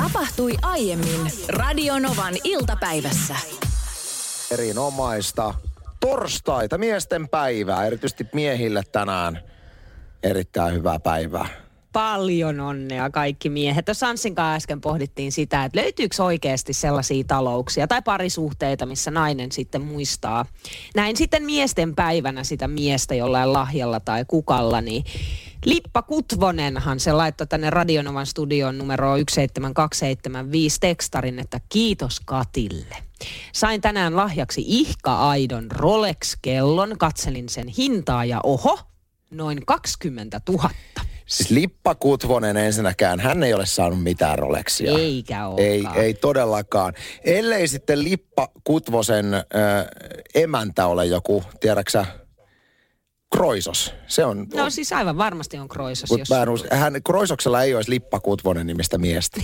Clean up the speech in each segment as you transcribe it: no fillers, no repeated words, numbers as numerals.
Tapahtui aiemmin Radionovan iltapäivässä. Erinomaista torstaita, miesten päivää, erityisesti miehille tänään erittäin hyvää päivää. Paljon onnea kaikki miehet. Tuossa Anssin kanssa äsken pohdittiin sitä, että löytyykö oikeasti sellaisia talouksia tai parisuhteita, missä nainen sitten muistaa. Näin sitten miesten päivänä sitä miestä jollain lahjalla tai kukalla, niin Lippa Kutvonenhan se laittoi tänne Radionovan studion numero 17275 tekstarin, että kiitos Katille. Sain tänään lahjaksi ihka-aidon Rolex-kellon, katselin sen hintaa ja oho, noin 20 000. Siis Lippa Kutvonen ensinnäkään, hän ei ole saanut mitään Rolexia. Eikä olekaan. Ei todellakaan. Ellei sitten Lippa Kutvosen emäntä ole joku, tiedäksä, Kroisos. Se on. No siis aivan varmasti on Kroisos. Kroisoksella ei olisi Lippa Kutvonen nimistä miestä.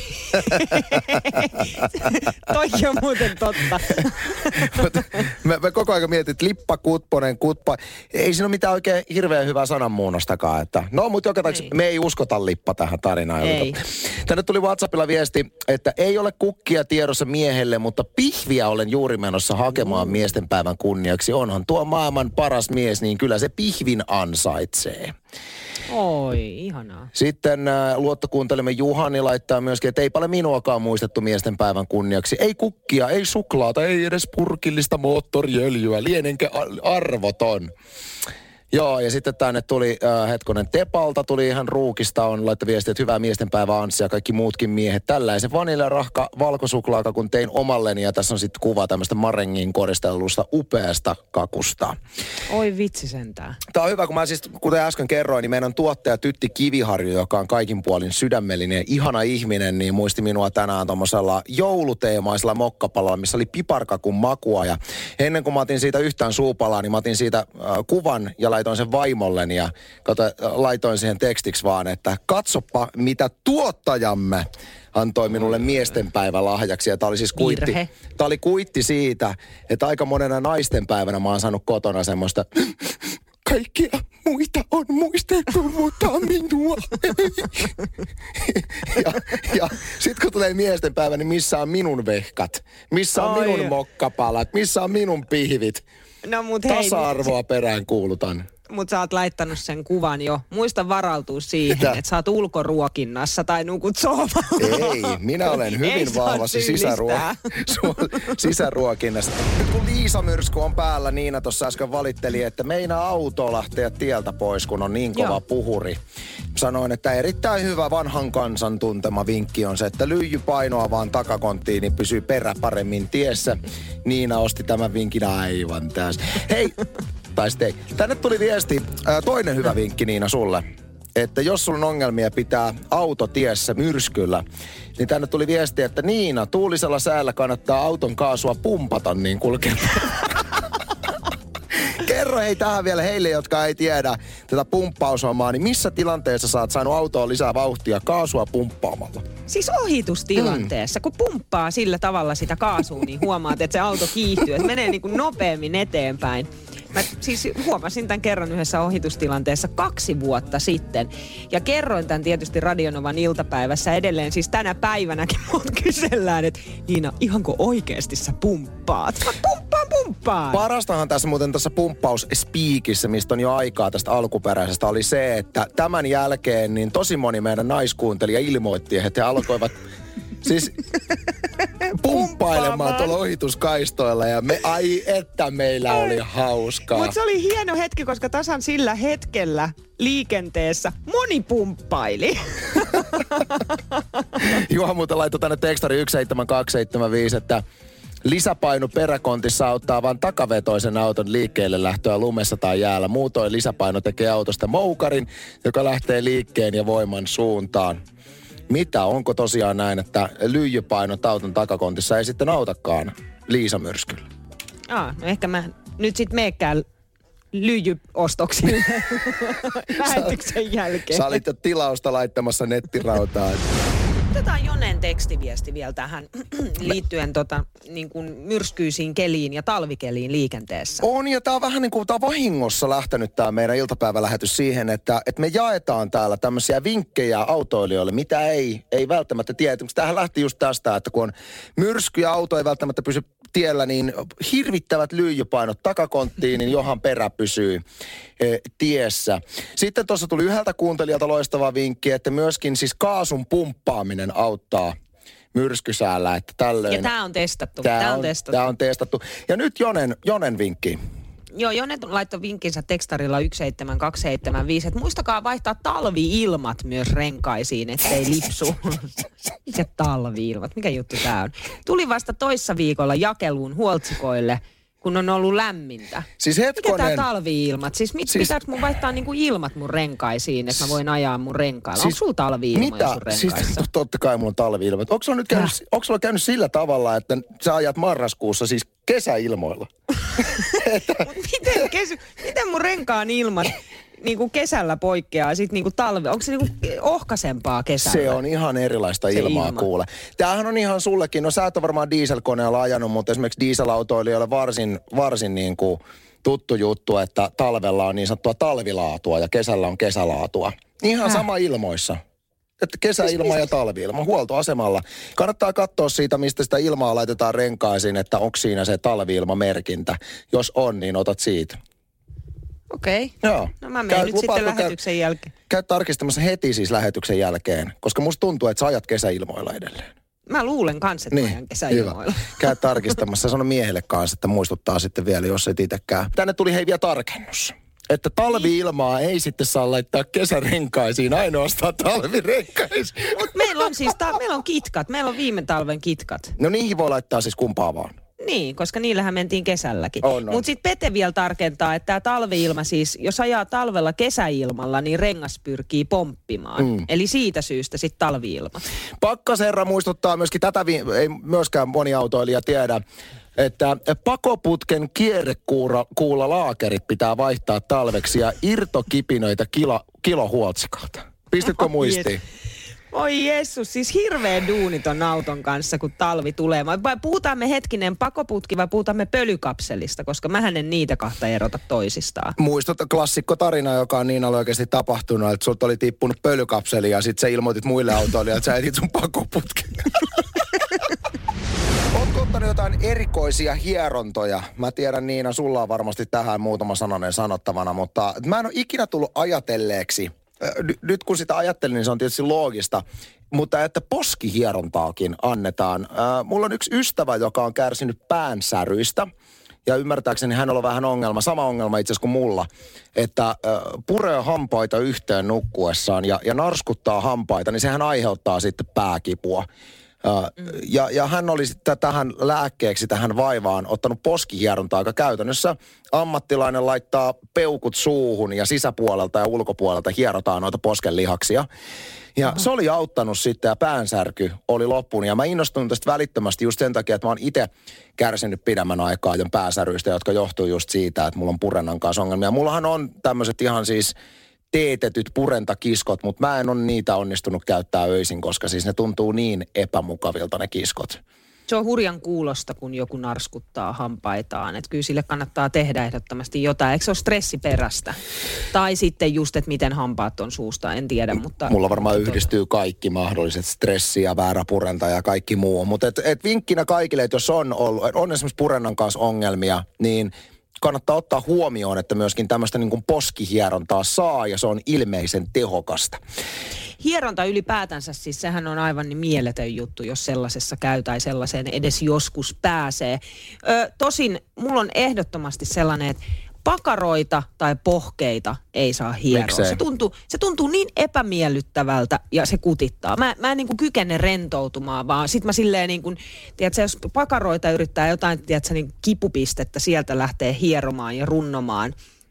Toikin on muuten totta. Mä koko ajan mietin, että Lippa Kutvonen, ei siinä ole mitään oikein hirveän hyvää sananmuunnostakaan. Että, no, mutta joka tapauksessa me ei uskota Lippa tähän tarinaan. Ei. Tänne tuli WhatsAppilla viesti, että ei ole kukkia tiedossa miehelle, mutta pihviä olen juuri menossa hakemaan miesten päivän kunniaksi. Onhan tuo maailman paras mies, niin kyllä se pihvin ansaitsee. Oi, ihanaa. Sitten luottokuuntelemme Juhani laittaa myöskin, että ei paljon minuakaan muistettu miesten päivän kunniaksi. Ei kukkia, ei suklaata, ei edes purkillista moottoriöljyä, lienenkä arvoton. Joo, ja sitten tänne tuli Tepalta, tuli ihan Ruukista, on laittoi viestiä, että hyvää miestenpäivää Anssi ja kaikki muutkin miehet. Tällaisen vaniljarahka valkosuklaaka, kun tein omalleni, ja tässä on sitten kuva tämmöistä marengin koristellusta upeasta kakusta. Oi vitsi sentään. Tämä on hyvä, kun mä siis, kuten äsken kerroin, niin meidän tuottaja Tytti Kiviharju, joka on kaikin puolin sydämellinen ja ihana ihminen, niin muisti minua tänään tommosella jouluteemaisella mokkapalalla, missä oli piparkakun makua, ja ennen kuin mä otin siitä yhtään suupalaa, niin mä otin siitä kuvan ja laitoin sen vaimolleni ja laitoin siihen tekstiksi vaan, että katsoppa mitä tuottajamme antoi minulle miestenpäivän lahjaksi. Ja tää oli siis kuitti siitä, että aika monena naistenpäivänä mä oon saanut kotona semmoista kaikkia muita on muistettu, mutta minua ja sit kun tulee miestenpäivä, niin missä on minun vehkat? Missä on minun mokkapalat? Missä on minun pihvit? No, mut tasa-arvoa perään kuulutan. Mutta sä oot laittanut sen kuvan jo. Muista varautua siihen, että sä oot ulkoruokinnassa tai nukut sohvalla. Ei, minä olen hyvin vahvassa sisäruokinnassa. Nyt kun Liisa-myrsky on päällä, Niina tuossa äsken valitteli, että meinaa auto lähteä tieltä pois, kun on niin kova puhuri. Sanoin, että erittäin hyvä vanhan kansan tuntema vinkki on se, että lyijy painoa vaan takakonttiin, niin pysyy perä paremmin tiessä. Niina osti tämän vinkin aivan täysin. Hei! Tai sitten ei. Tänne tuli viesti, toinen hyvä vinkki Niina sulle, että jos sulla on ongelmia pitää auto tiessä myrskyllä, niin tänne tuli viesti, että Niina, tuulisella säällä kannattaa auton kaasua pumpata niin kulkemaan. Kerro hei tähän vielä heille, jotka ei tiedä tätä pumppaushommaa, niin missä tilanteessa sä oot saanut autoon lisää vauhtia kaasua pumppaamalla? Siis ohitustilanteessa, kun pumppaa sillä tavalla sitä kaasua, niin huomaat, että se auto kiihtyy, että menee niin kuin nopeammin eteenpäin. Mä siis huomasin tämän kerran yhdessä ohitustilanteessa 2 vuotta sitten. Ja kerroin tämän tietysti Radionovan iltapäivässä edelleen. Siis tänä päivänäkin mut kysellään, että Niina, ihanko oikeasti sä pumppaat? Mä pumppaan. Parastahan tässä muuten tässä pumppausspiikissä, mistä on jo aikaa tästä alkuperäisestä, oli se, että tämän jälkeen niin tosi moni meidän naiskuuntelija ilmoitti, että he alkoivat siis pumppailemaan tuolla ohituskaistoilla ja meillä oli hauskaa. Mutta se oli hieno hetki, koska tasan sillä hetkellä liikenteessä moni pumppaili. Juha muuten laittoi tänne tekstari 17275, että lisäpaino peräkontissa auttaa vain takavetoisen auton liikkeelle lähtöä lumessa tai jäällä. Muutoin lisäpaino tekee autosta moukarin, joka lähtee liikkeen ja voiman suuntaan. Mitä? Onko tosiaan näin, että lyijypainot auton takakontissa ei sitten autakaan Liisa-myrskyllä? No ehkä mä nyt sit meekään lyijyostoksille lähetyksen jälkeen. Sä olit jo tilausta laittamassa nettirautaa. Otetaan Jonen tekstiviesti vielä tähän liittyen niin kuin myrskyisiin keliin ja talvikeliin liikenteessä. On, ja tää on vähän niin kuin tää on vahingossa lähtenyt tää meidän iltapäivälähetys siihen, että me jaetaan täällä tämmöisiä vinkkejä autoilijoille, mitä ei välttämättä tiedä. Tämähän lähti just tästä, että kun on myrsky ja auto ei välttämättä pysy tiellä, niin hirvittävät lyijypainot takakonttiin, niin johan perä pysyy tiessä. Sitten tuossa tuli yhdeltä kuuntelijalta loistava vinkki, että myöskin siis kaasun pumppaaminen auttaa myrskysäällä, että tällöin. Ja tämä on testattu. Tämä on testattu. Ja nyt Jonen vinkki. Joo, Jone laittoi vinkkinsä tekstarilla 17275, että muistakaa vaihtaa talvi-ilmat myös renkaisiin, ettei lipsu. Mikä talvi-ilmat? Mikä juttu tää on? Tuli vasta toissa viikolla jakeluun huoltsikoille, kun on ollut lämmintä. Siis hetkonen. Mikä tää talvi-ilmat? Siis pitääkö mun vaihtaa niinku ilmat mun renkaisiin, että mä voin ajaa mun renkailla? Onko sulla talvi-ilmoja sun renkaissa? Siis totta kai mulla on talvi-ilmat. Onko sulla käynyt sillä tavalla, että sä ajat marraskuussa siis kesäilmoilla? Miten mun renkaan ilmat niinku kesällä poikkeaa sit niinku talvi? Onko se niinku ohkaisempaa kesällä? Se on ihan erilaista ilmaa kuule. Tämähän on ihan sullekin, no sä et ole varmaan dieselkoneella ajanut, mutta esimerkiksi dieselautoilijoille varsin niinku tuttu juttu, että talvella on niin sanottua talvilaatua ja kesällä on kesälaatua. Ihan sama ilmoissa. Että kesäilma ja talvi-ilma huoltoasemalla. Kannattaa katsoa siitä, mistä sitä ilmaa laitetaan renkaisiin, että onko siinä se talvi-ilmamerkintä. Jos on, niin otat siitä. Okei. Joo. No mä menen nyt sitten lähetyksen jälkeen. Käy tarkistamassa heti siis lähetyksen jälkeen, koska musta tuntuu, että sä ajat kesäilmoilla edelleen. Mä luulen kanssa, että mä ajan kesäilmoilla. Hyvä. Käy tarkistamassa. Sano miehelle kanssa, että muistuttaa sitten vielä, jos et itsekään. Tänne tuli vielä tarkennus. Että talvi-ilmaa ei sitten saa laittaa kesärenkaisiin, ainoastaan talvirenkaisiin. Mutta meillä on siis, meillä on kitkat, meillä on viime talven kitkat. No niihin voi laittaa siis kumpaa vaan. Niin, koska niillähän mentiin kesälläkin. Mutta sitten Pete vielä tarkentaa, että tämä talvi-ilma siis, jos ajaa talvella kesäilmalla, niin rengas pyrkii pomppimaan. Eli siitä syystä sitten talvi-ilma. Pakkasherra muistuttaa myöskin, tätä ei myöskään moni autoilija tiedä, että pakoputken kierrekuulalaakerit pitää vaihtaa talveksi ja irtokipinöitä kilo huoltsikalta. Pistitkö muistiin? Oi Jeesus, siis hirveä duuni ton auton kanssa, kun talvi tulee. Vai puhutaan me hetkinen pakoputki vai puhutaan me pölykapselista, koska mähän en niitä kahta erota toisistaan. Muistuta klassikko tarina, joka on niin oikeasti tapahtunut, että sulta oli tippunut pölykapseli ja sit sä ilmoitit muille autoille, että sä etit sun pakoputken. Ootko ottanut jotain erikoisia hierontoja? Mä tiedän Niina, sulla on varmasti tähän muutama sananen sanottavana, mutta mä en ole ikinä tullut ajatelleeksi. Nyt kun sitä ajattelin, niin se on tietysti loogista, mutta että poskihierontaakin annetaan. Mulla on yksi ystävä, joka on kärsinyt päänsäryistä. Ja ymmärtääkseni hänellä on vähän ongelma, sama ongelma itse asiassa kuin mulla, että puree hampaita yhteen nukkuessaan ja narskuttaa hampaita, niin sehän aiheuttaa sitten pääkipua. Ja hän oli sitten tähän lääkkeeksi, tähän vaivaan ottanut poskihierontaa, aika käytännössä ammattilainen laittaa peukut suuhun ja sisäpuolelta ja ulkopuolelta hierotaan noita poskenlihaksia. Ja se oli auttanut sitten ja päänsärky oli loppunut. Ja mä innostuin tästä välittömästi just sen takia, että mä oon itse kärsinyt pidemmän aikaa jo päänsärryistä, jotka johtuu just siitä, että mulla on purennan kanssa ongelmia. Mullahan on tämmöiset ihan siis teetetyt purentakiskot, mutta mä en ole niitä onnistunut käyttää öisin, koska siis ne tuntuu niin epämukavilta ne kiskot. Se on hurjan kuulosta, kun joku narskuttaa hampaitaan. Että kyllä sille kannattaa tehdä ehdottomasti jotain. Eikö se ole stressiperäistä? Tai sitten just, että miten hampaat on suusta, en tiedä. Mutta mulla varmaan yhdistyy kaikki mahdolliset stressi ja väärä purenta ja kaikki muu. Mutta et vinkkinä kaikille, että jos on esimerkiksi purennan kanssa ongelmia, niin kannattaa ottaa huomioon, että myöskin tämmöistä niin kuin poskihierontaa saa ja se on ilmeisen tehokasta. Hieronta ylipäätänsä, siis sehän on aivan niin mieletön juttu, jos sellaisessa käy tai sellaiseen edes joskus pääsee. Tosin mulla on ehdottomasti sellainen, että pakaroita tai pohkeita ei saa hieroa. Se tuntuu niin epämiellyttävältä ja se kutittaa. Mä en niin kuin kykene rentoutumaan, vaan sit mä silleen niin kuin, tiedätkö, jos pakaroita yrittää jotain, tiedätkö, niin kipupistettä sieltä lähtee hieromaan ja runnomaan,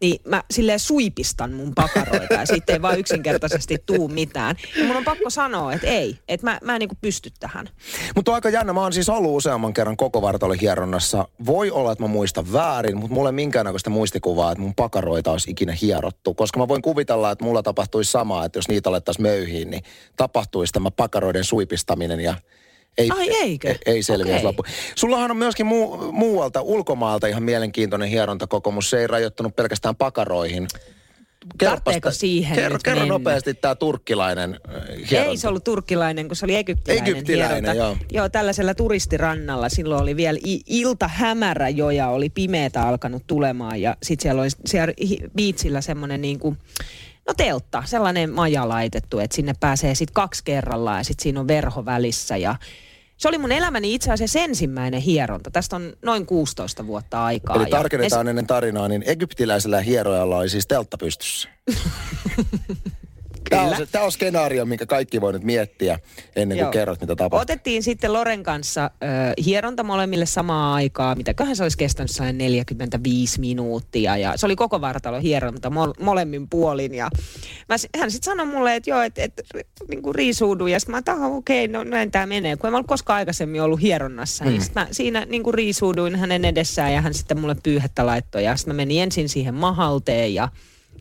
niin mä silleen suipistan mun pakaroita ja siitä ei vaan yksinkertaisesti tuu mitään. Ja mun on pakko sanoa, että ei, että mä en niinku pysty tähän. Mutta on aika jännä. Mä oon siis ollut useamman kerran koko vartalohieronnassa. Voi olla, että mä muistan väärin, mutta mulla ei minkäännäköistä muistikuvaa, että mun pakaroita olisi ikinä hierottu. Koska mä voin kuvitella, että mulla tapahtuisi samaa, että jos niitä alettaisiin möyhiin, niin tapahtuisi tämä pakaroiden suipistaminen ja ei selviä loppu. Sullahan on myöskin muualta, ulkomailta ihan mielenkiintoinen hierontakokemus. Se ei rajoittunut pelkästään pakaroihin. Tartteeko siihen Kerro nopeasti tämä turkkilainen hieronta. Ei se ollut turkkilainen, kun se oli egyptiläinen hieronta. Joo, tällaisella turistirannalla. Silloin oli vielä ilta hämärä jo ja oli pimeätä alkanut tulemaan. Ja sitten siellä oli siellä biitsillä semmoinen niinku, no teltta, sellainen maja laitettu, että sinne pääsee sitten 2 kerrallaan ja sitten siinä on verho välissä. Ja se oli mun elämäni itse asiassa ensimmäinen hieronta. Tästä on noin 16 vuotta aikaa. Eli tarkennetaan ennen tarinaa, niin egyptiläisellä hierojalla oli siis teltta pystyssä. Tämä on skenaario, minkä kaikki voi nyt miettiä ennen kuin kerrot, mitä tapahtuu. Otettiin sitten Loren kanssa hieronta molemmille samaan aikaan. Mitäköhän se olisi kestänyt 45 minuuttia. Ja se oli koko vartalo hieronta molemmin puolin. Ja hän sitten sanoi mulle, että joo, että niin kuin riisuudu. Ja sitten mä ajattelin, okei, no näin tämä menee. Kun en mä ollut koskaan aikaisemmin ollut hieronnassa. Niin sitten mä siinä niin kuin riisuuduin hänen edessään ja hän sitten mulle pyyhettä laittoi. Ja sitten mä menin ensin siihen mahalteen ja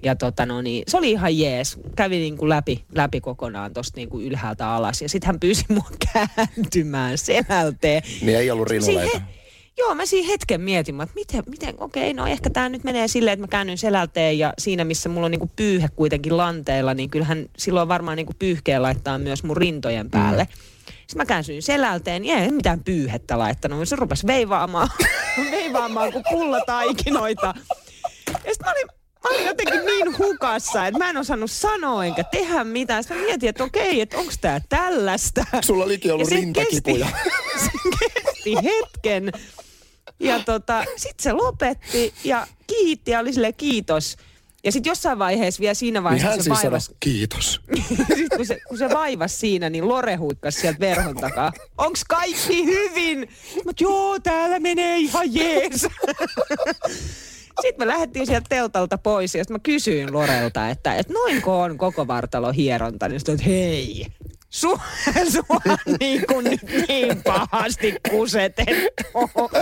se oli ihan jees. Kävi niin kuin läpi kokonaan tosta niin kuin ylhäältä alas. Ja sitten hän pyysi mua kääntymään selälteen. Niin ei ollut rinuleita. Joo, mä siinä hetken mietin, että miten okei, no ehkä tää nyt menee silleen, että mä käännyn selälteen ja siinä, missä mulla on niinku pyyhe kuitenkin lanteilla, niin kyllähän silloin varmaan niinku pyyhkeen laittaa myös mun rintojen päälle. Sitten mä käänsyin selälteen, niin ei mitään pyyhettä laittanut. Se rupesi veivaamaan kuin pullataikinoita. Ja sitten mä olin jotenkin niin hukassa, että mä en osannut sanoa enkä tehdä mitään. Sitten mä mietin, että okei, että onko tää tällaista. Sulla olikin ollut rintakipuja. Se kesti hetken. Ja sit se lopetti ja kiitti ja oli silleen kiitos. Ja sit jossain vaiheessa vielä siinä vaiheessa niin hän se siis vaivasi. Sanoi, kiitos. Sitten kun se vaivasi siinä, niin Lore huikkasi sieltä verhon takaa. Onks kaikki hyvin? Mutta joo, täällä menee ihan jees. Sitten me lähdettiin sieltä teltalta pois ja sitten mä kysyin Lorelta, että noinko on koko vartalo hieronta. Niin sitten, että hei, sua niin kuin nyt niin pahasti kusetettu.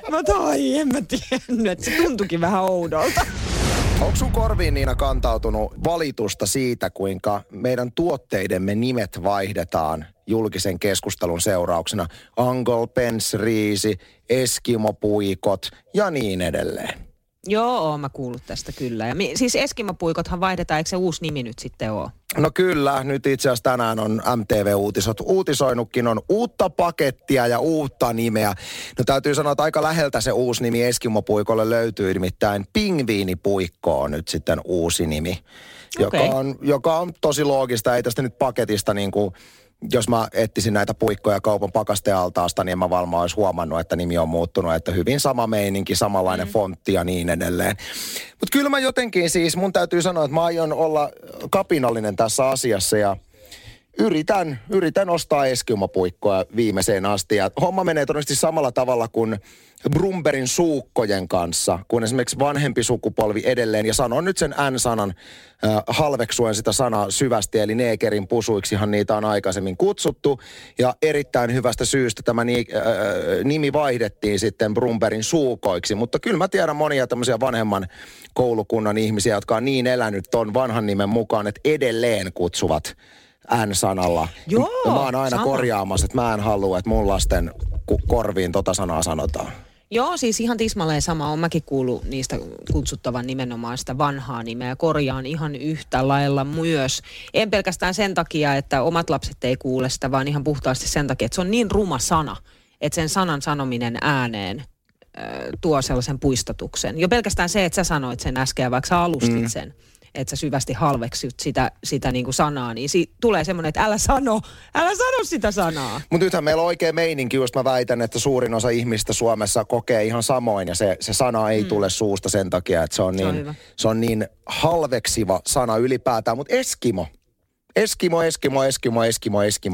En mä tiennyt, että se tuntuikin vähän oudolta. Onko sun korviin, Niina, kantautunut valitusta siitä, kuinka meidän tuotteidemme nimet vaihdetaan julkisen keskustelun seurauksena? Uncle Ben's riisi, Eskimo-puikot ja niin edelleen. Joo, oon mä kuullut tästä kyllä. Ja siis Eskimo-puikothan vaihdetaan, eikö se uusi nimi nyt sitten ole? No kyllä, nyt itse asiassa tänään on MTV-uutisot uutisoinutkin, on uutta pakettia ja uutta nimeä. No täytyy sanoa, että aika läheltä se uusi nimi Eskimo-puikolle löytyy, nimittäin Pingviinipuikko on nyt sitten uusi nimi, joka on tosi loogista. Ei tästä nyt paketista niin kuin, jos mä etsisin näitä puikkoja kaupan pakastealtaasta, niin en mä varmaan olisi huomannut, että nimi on muuttunut, että hyvin sama meininki, samanlainen fontti ja niin edelleen. Mutta kyllä mä jotenkin siis, mun täytyy sanoa, että mä aion olla kapinallinen tässä asiassa ja yritän ostaa Eskimo-puikkoa viimeiseen asti. Ja homma menee todennäköisesti samalla tavalla kuin Brumberin suukkojen kanssa, kun esimerkiksi vanhempi sukupolvi edelleen, ja sanon nyt sen N-sanan halveksuen sitä sanaa syvästi, eli neekerin pusuiksihan niitä on aikaisemmin kutsuttu, ja erittäin hyvästä syystä tämä nimi vaihdettiin sitten Brumberin suukoiksi, mutta kyllä mä tiedän monia tämmöisiä vanhemman koulukunnan ihmisiä, jotka on niin elänyt ton vanhan nimen mukaan, että edelleen kutsuvat N-sanalla. Joo, mä oon aina korjaamassa, että mä en halua, että mun lasten korviin tota sanaa sanotaan. Joo, siis ihan tismalleen sama. On mäkin kuullut niistä kutsuttavan nimenomaan sitä vanhaa nimeä. Korjaan ihan yhtä lailla myös. En pelkästään sen takia, että omat lapset ei kuule sitä, vaan ihan puhtaasti sen takia, että se on niin ruma sana, että sen sanan sanominen ääneen tuo sellaisen puistatuksen. Jo pelkästään se, että sä sanoit sen äsken, vaikka sä alustit sen, että sä syvästi halveksut sitä niin kuin sanaa, niin tulee semmoinen, että älä sano sitä sanaa. Mutta nythän meillä on oikein meininki, just mä väitän, että suurin osa ihmistä Suomessa kokee ihan samoin, ja se sana ei tule suusta sen takia, että se on niin halveksiva sana ylipäätään. Mutta Eskimo.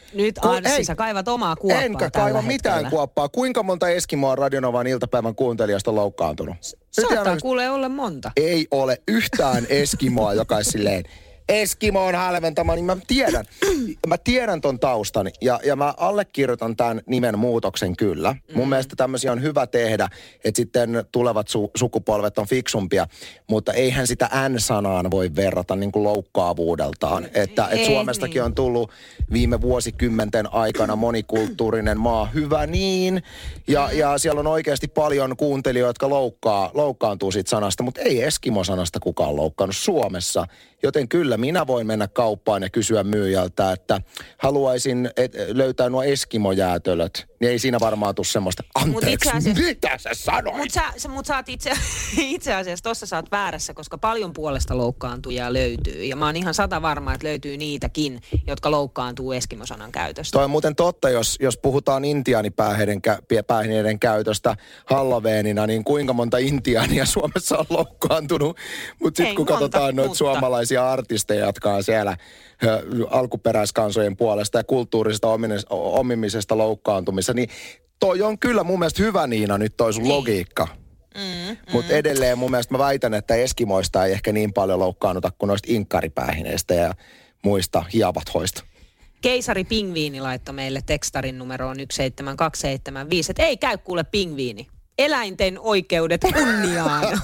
Nyt Anssi, sä kaivat omaa kuoppaa. Enkä kaiva mitään kuoppaa. Kuinka monta Eskimoa Radio Novan iltapäivän kuuntelijasta on loukkaantunut? Saattaa kuule olla monta. Ei ole yhtään Eskimoa, joka olisi silleen, Eskimo on halventama, niin mä tiedän ton taustan ja mä allekirjoitan tämän nimen muutoksen kyllä. Mun mielestä tämmöisiä on hyvä tehdä, että sitten tulevat sukupolvet on fiksumpia, mutta eihän sitä N-sanaan voi verrata niin kuin loukkaavuudeltaan. Että Suomestakin on tullut viime vuosikymmenten aikana monikulttuurinen maa, hyvä niin. Ja siellä on oikeasti paljon kuuntelijoita, jotka loukkaantuu siitä sanasta, mutta ei Eskimo-sanasta kukaan loukkaannut Suomessa. Joten kyllä minä voin mennä kauppaan ja kysyä myyjältä, että haluaisin löytää nuo Eskimo-jäätölöt. Niin ei siinä varmaan tule semmoista, anteeksi, mitä sä sanoit? Mutta sä oot itse asiassa, tossa sä oot väärässä, koska paljon puolesta loukkaantujia löytyy. Ja mä oon ihan 100% varma, että löytyy niitäkin, jotka loukkaantuu Eskimo-sanan käytöstä. Toi on muuten totta, jos puhutaan intiaanipäähineiden käytöstä Halloweenina, niin kuinka monta intiaania Suomessa on loukkaantunut. Mutta sitten kun katsotaan noita suomalaisia artisteja, jotka on siellä alkuperäiskansojen puolesta ja kulttuurisesta omimisesta loukkaantumissa, niin toi on kyllä mun mielestä hyvä, Niina, nyt toi sun logiikka. Mutta edelleen mun mielestä mä väitän, että Eskimoista ei ehkä niin paljon loukkaannuta kuin noista inkkaripäähineistä ja muista hiavathoista. Keisari Pingviini laittoi meille tekstarin numeroon 17275, että ei käy kuule pingviini. Eläinten oikeudet kunniaan.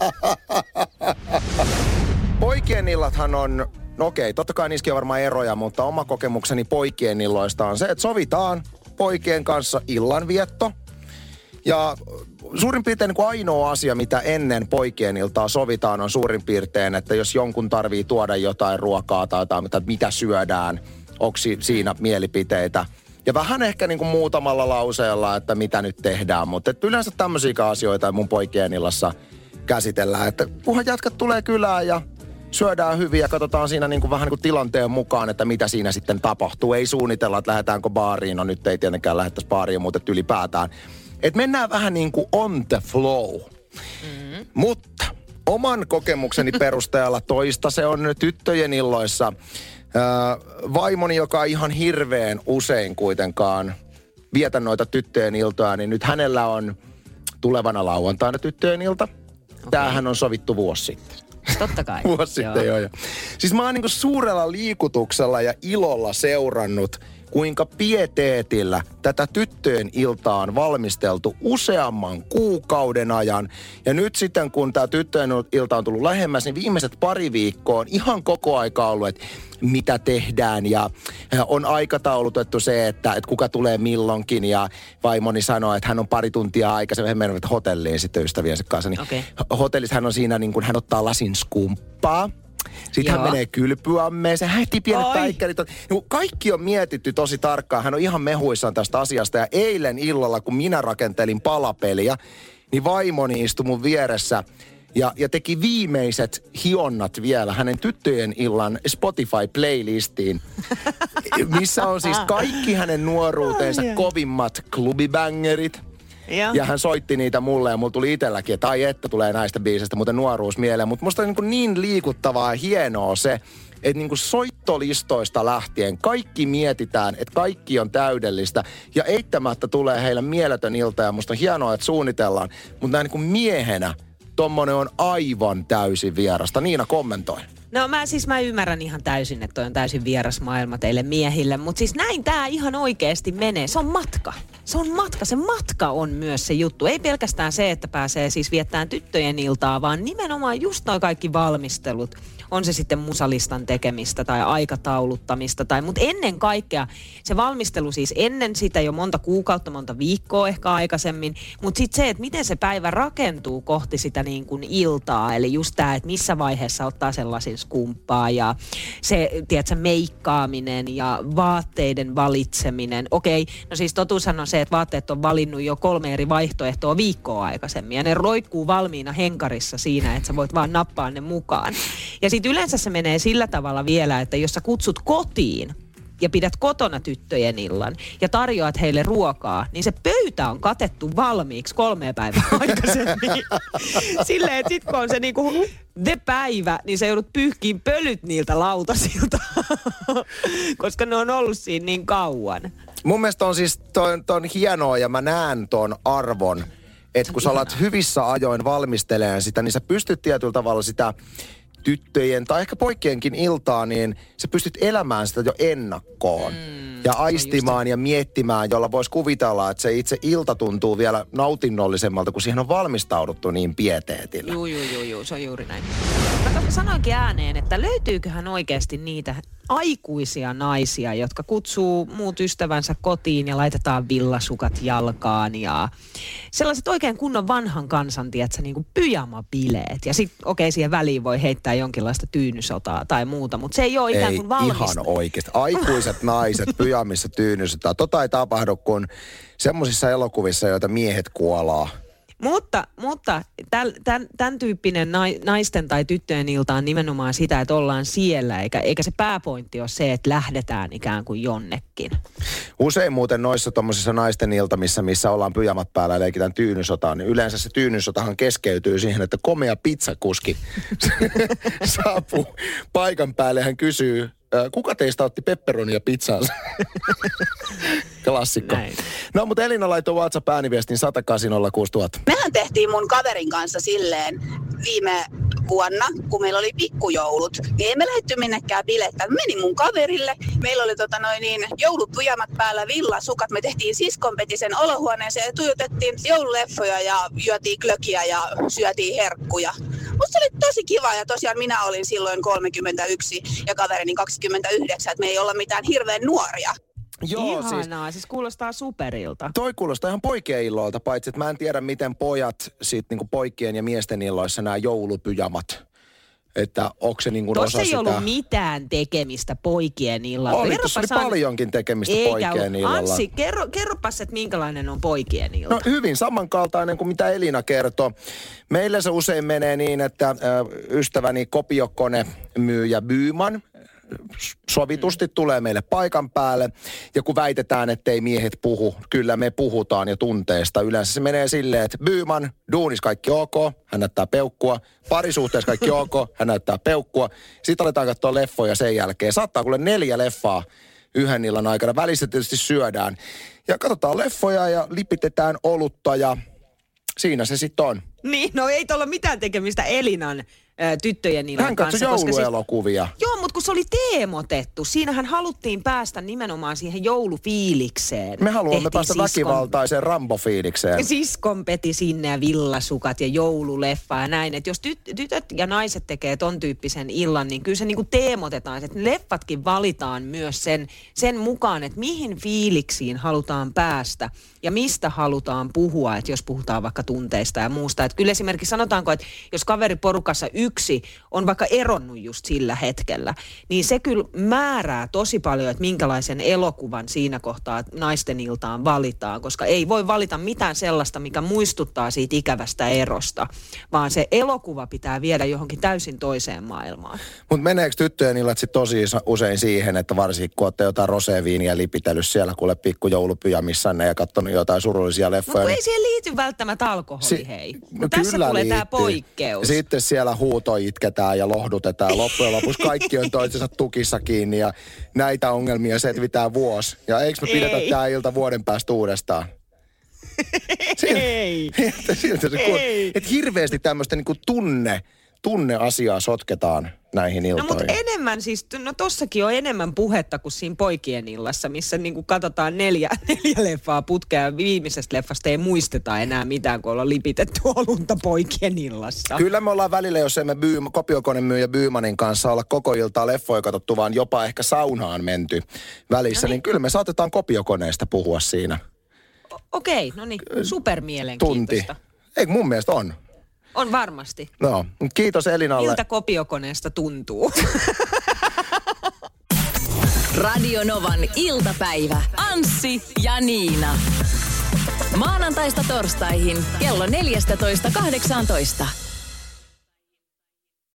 Poikien illathan on, no okei, totta kai niissäkin on varmaan eroja, mutta oma kokemukseni poikien illoista on se, että sovitaan poikien kanssa illanvietto. Ja suurin piirtein niin kuin ainoa asia, mitä ennen poikien iltaa sovitaan, on suurin piirtein, että jos jonkun tarvii tuoda jotain ruokaa tai jotain, mitä syödään, onko siinä mielipiteitä. Ja vähän ehkä niin kuin muutamalla lauseella, että mitä nyt tehdään, mutta yleensä tämmöisiä asioita mun poikien illassa käsitellään, että kunhan jätkät tulee kylään ja syödään hyvin ja katsotaan siinä niin kuin vähän niin kuin tilanteen mukaan, että mitä siinä sitten tapahtuu. Ei suunnitella, että lähdetäänkö baariin, no nyt ei tietenkään lähdettäisi baariin, mutta ylipäätään. Että mennään vähän niin kuin on the flow. Mutta oman kokemukseni perusteella toista se on tyttöjen illoissa. Vaimoni, joka ihan hirveän usein kuitenkaan vietä noita tyttöjen iltoja, niin nyt hänellä on tulevana lauantaina tyttöjen ilta. Okay. Tämähän on sovittu vuosi sitten. Totta kai. Vuosi sitten, joo. Siis mä oon niinku suurella liikutuksella ja ilolla seurannut, kuinka pieteetillä tätä tyttöjen iltaa on valmisteltu useamman kuukauden ajan. Ja nyt sitten, kun tämä tyttöjen ilta on tullut lähemmäs, niin viimeiset pari viikkoa on ihan koko aika ollut, että mitä tehdään. Ja on aikataulutettu se, että kuka tulee milloinkin. Ja vaimoni sanoo, että hän on pari tuntia aikaisemmin. He menevät hotelliin sitten ystäviensä kanssa. Niin okay. Hotellissa hän on siinä, niin kuin hän ottaa lasin skumppaa. Sitten hän menee kylpyammeeseen, heti pienet päikkärit. Kaikki on mietitty tosi tarkkaan. Hän on ihan mehuissaan tästä asiasta. Ja eilen illalla, kun minä rakentelin palapeliä, niin vaimoni istui mun vieressä ja teki viimeiset hionnat vielä hänen tyttöjen illan Spotify-playlistiin, missä on siis kaikki hänen nuoruutensa kovimmat klubibängerit. Ja hän soitti niitä mulle ja mulla tuli itselläkin, että ai että tulee näistä biisistä muuten nuoruus mieleen. Mutta musta on niin liikuttavaa ja hienoa se, että niin kuin soittolistoista lähtien kaikki mietitään, että kaikki on täydellistä. Ja eittämättä tulee heille mieletön ilta ja musta on hienoa, että suunnitellaan. Mutta näin niin kuin miehenä tommonen on aivan täysin vierasta. Niina, kommentoi. No mä ymmärrän ihan täysin, että toi on täysin vieras maailma teille miehille, mutta siis näin tää ihan oikeasti menee. Se on matka. Se matka on myös se juttu. Ei pelkästään se, että pääsee siis viettämään tyttöjen iltaa, vaan nimenomaan just noi kaikki valmistelut. On se sitten musalistan tekemistä tai aikatauluttamista mutta ennen kaikkea se valmistelu siis ennen sitä jo monta kuukautta, monta viikkoa ehkä aikaisemmin, mutta sitten se, että miten se päivä rakentuu kohti sitä niin kuin iltaa, eli just tämä, että missä vaiheessa ottaa sellaisen skumppaa ja se, tiedätkö, meikkaaminen ja vaatteiden valitseminen. Okei, no siis totuushan on se, että vaatteet on valinnut jo 3 eri vaihtoehtoa viikkoa aikaisemmin ja ne roikkuu valmiina henkarissa siinä, että sä voit vaan nappaa ne mukaan. Ja sitten yleensä se menee sillä tavalla vielä, että jos sä kutsut kotiin ja pidät kotona tyttöjen illan ja tarjoat heille ruokaa, niin se pöytä on katettu valmiiksi 3 päivää aikaisemmin. Silleen, että sit kun on se niinku päivä, niin sä joudut pyyhkiin pölyt niiltä lautasilta, koska ne on ollut siinä niin kauan. Mun mielestä on siis ton hienoa ja mä näen ton arvon, että kun sä alat hyvissä ajoin valmistelemaan sitä, niin sä pystyt tietyllä tavalla sitä tyttöjen tai ehkä poikienkin iltaa, niin sä pystyt elämään sitä jo ennakkoon. Ja aistimaan ja miettimään, jolla voisi kuvitella, että se itse ilta tuntuu vielä nautinnollisemmalta, kun siihen on valmistauduttu niin pieteetillä. Joo, se on juuri näin. Mä sanoinkin ääneen, että löytyyköhän oikeasti niitä aikuisia naisia, jotka kutsuu muut ystävänsä kotiin ja laitetaan villasukat jalkaan ja sellaiset oikein kunnon vanhan kansan, tietsä, niin kuin pyjamabileet. Ja sitten siihen väliin voi heittää jonkinlaista tyynysotaa tai muuta, mutta se ei ole ikään kuin valmista. Ei ihan oikeasti. Aikuiset naiset pyjamissa tyynysotaa. Tota ei tapahdu kuin semmoisissa elokuvissa, joita miehet kuolaa. Mutta tämän tyyppinen naisten tai tyttöjen ilta on nimenomaan sitä, että ollaan siellä, eikä se pääpointti ole se, että lähdetään ikään kuin jonnekin. Usein muuten noissa tommosissa naisten iltamissa, missä ollaan pyjamat päällä ja leikitään tyynysotaan, niin yleensä se tyynysotahan keskeytyy siihen, että komea pizzakuski saapuu paikan päälle. Hän kysyy, kuka teistä otti pepperonia pizzaansa? Klassikko. Näin. No, mutta Elina laittoi WhatsApp-ääniviestin 10806 Mehän tehtiin mun kaverin kanssa silleen viime vuonna, kun meillä oli pikkujoulut. Niin ei me lähdetty minnekään bilettään. Menin mun kaverille. Meillä oli joulupujamat päällä, villasukat. Me tehtiin siskonpetisen olohuoneeseen ja tuijotettiin joululeffoja ja juotiin glökiä ja syötiin herkkuja. Musta se oli tosi kiva ja tosiaan minä olin silloin 31 ja kaverini 29, että me ei olla mitään hirveän nuoria. Joo, ihanaa, siis kuulostaa superilta. Toi kuulostaa ihan poikien illoilta, paitsi että mä en tiedä, miten pojat sit niinku poikien ja miesten illoissa nämä joulupyjamat. Että onko se niinku osa sitä. Tuossa ei ollut mitään tekemistä poikien illalla. Oli, tuossa oli paljonkin tekemistä poikien illalla. Anssi, kerropas, että minkälainen on poikien ilta. No hyvin samankaltainen kuin mitä Elina kertoi. Meillä se usein menee niin, että ystäväni kopiokone myyjä Byman sovitusti tulee meille paikan päälle. Ja kun väitetään, ettei miehet puhu, kyllä me puhutaan ja tunteesta. Yleensä se menee silleen, että Byman, duunis kaikki ok, hän näyttää peukkua. Parisuhteessa kaikki ok, hän näyttää peukkua. Sitten aletaan katsoa leffoja sen jälkeen. Saattaa kuule 4 leffaa yhden illan aikana. Välissä tietysti syödään. Ja katsotaan leffoja ja lipitetään olutta ja siinä se sitten on. Niin, no ei tuolla mitään tekemistä Elinan tyttöjen illan kanssa. Hän katsoi jouluelokuvia. Joo, mutta kun se oli teemotettu. Siinähän haluttiin päästä nimenomaan siihen joulufiilikseen. Me haluamme päästä väkivaltaiseen Rambo-fiilikseen. Siskonpeti sinne ja villasukat ja joululeffa ja näin. Että jos tytöt ja naiset tekee ton tyyppisen illan, niin kyllä se niinku teemotetaan. Että leffatkin valitaan myös sen mukaan, että mihin fiiliksiin halutaan päästä ja mistä halutaan puhua. Että jos puhutaan vaikka tunteista ja muusta. Että kyllä esimerkiksi sanotaanko, että jos kaveriporukassa yksi on vaikka eronnut just sillä hetkellä, niin se kyllä määrää tosi paljon, että minkälaisen elokuvan siinä kohtaa naisten iltaan valitaan, koska ei voi valita mitään sellaista, mikä muistuttaa siitä ikävästä erosta, vaan se elokuva pitää viedä johonkin täysin toiseen maailmaan. Mutta meneekö tyttöjen illat sitten tosi usein siihen, että varsinkin kun olette jotain roseviiniä lipitellyt siellä, kuule pikkujoulupyjamissanne ja katsonut jotain surullisia leffoja. Mutta ei siihen liity välttämättä alkoholi, hei. No tässä tulee tämä poikkeus. Sitten siellä huuto itketään ja lohdutetaan. Loppujen lopuksi kaikki on toisensa tukissa kiinni ja näitä ongelmia setvitään vuosi. Ja eikö me pidetä tää ilta vuoden päästä uudestaan? Ei. Että hirveästi tämmöistä niinku tunneasiaa sotketaan näihin iltoihin. No mutta enemmän siis, tossakin on enemmän puhetta kuin siinä poikien illassa, missä niinku katsotaan 4 leffaa putkea ja viimeisestä leffasta ei muisteta enää mitään, kun ollaan lipitetty olunta poikien illassa. Kyllä me ollaan välillä, jos emme kopiokonemyyjä Bymanin kanssa olla koko iltaa leffoja katsottu, vaan jopa ehkä saunaan menty välissä, niin kyllä me saatetaan kopiokoneesta puhua siinä. Okei, no niin, supermielenkiintoista. Tunti. Eikö mun mielestä on? On varmasti. No, kiitos Elinalle. Miltä kopiokoneesta tuntuu? Radio Novan iltapäivä. Anssi ja Niina. Maanantaista torstaihin kello 14.18.